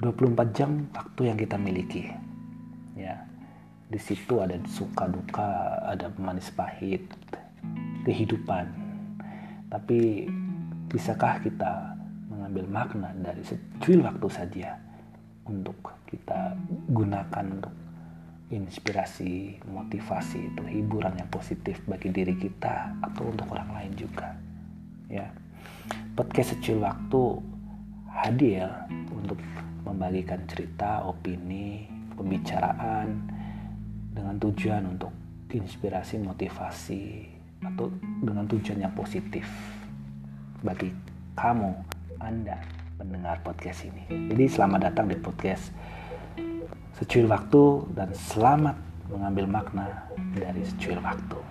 24 jam waktu yang kita miliki. Ya. Di situ ada suka duka, ada manis pahit kehidupan. Tapi bisakah kita mengambil makna dari secuil waktu saja untuk kita gunakan untuk inspirasi, motivasi, itu hiburan yang positif bagi diri kita atau untuk orang lain juga. Ya. Podcast Secuil Waktu hadir untuk membagikan cerita, opini, pembicaraan dengan tujuan untuk inspirasi, motivasi, atau dengan tujuan yang positif bagi kamu, Anda pendengar podcast ini. Jadi selamat datang di podcast Secuil Waktu dan selamat mengambil makna dari secuil waktu.